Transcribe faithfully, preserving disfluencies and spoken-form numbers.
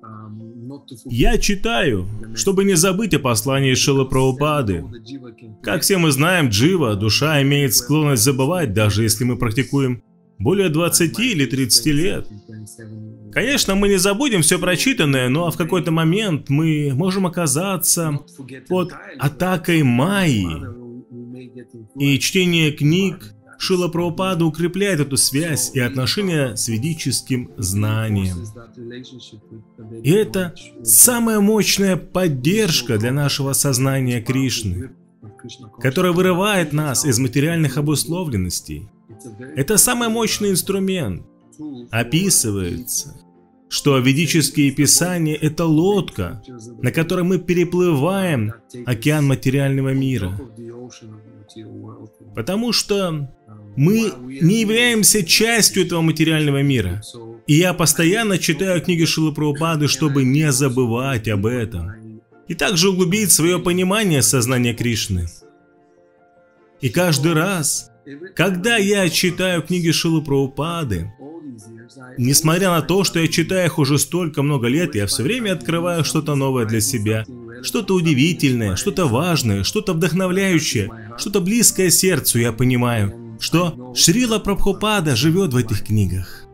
Я читаю, чтобы не забыть о послании Шрилы Прабхупады. Как все мы знаем, джива, душа, имеет склонность забывать, даже если мы практикуем более двадцати или тридцати лет. Конечно, мы не забудем все прочитанное, но в какой-то момент мы можем оказаться под атакой майи. И чтение книг Шрила Прабхупады укрепляет эту связь и отношения с ведическим знанием. И это самая мощная поддержка для нашего сознания Кришны, которая вырывает нас из материальных обусловленностей. Это самый мощный инструмент. Описывается, что ведические писания — это лодка, на которой мы переплываем океан материального мира. Потому что мы не являемся частью этого материального мира. И я постоянно читаю книги Шрилы Прабхупады, чтобы не забывать об этом. И также углубить свое понимание сознания Кришны. И каждый раз, когда я читаю книги Шрилы Прабхупады, несмотря на то, что я читаю их уже столько много лет, я все время открываю что-то новое для себя. Что-то удивительное, что-то важное, что-то вдохновляющее, что-то близкое сердцу, я понимаю, что Шрила Прабхупада живет в этих книгах.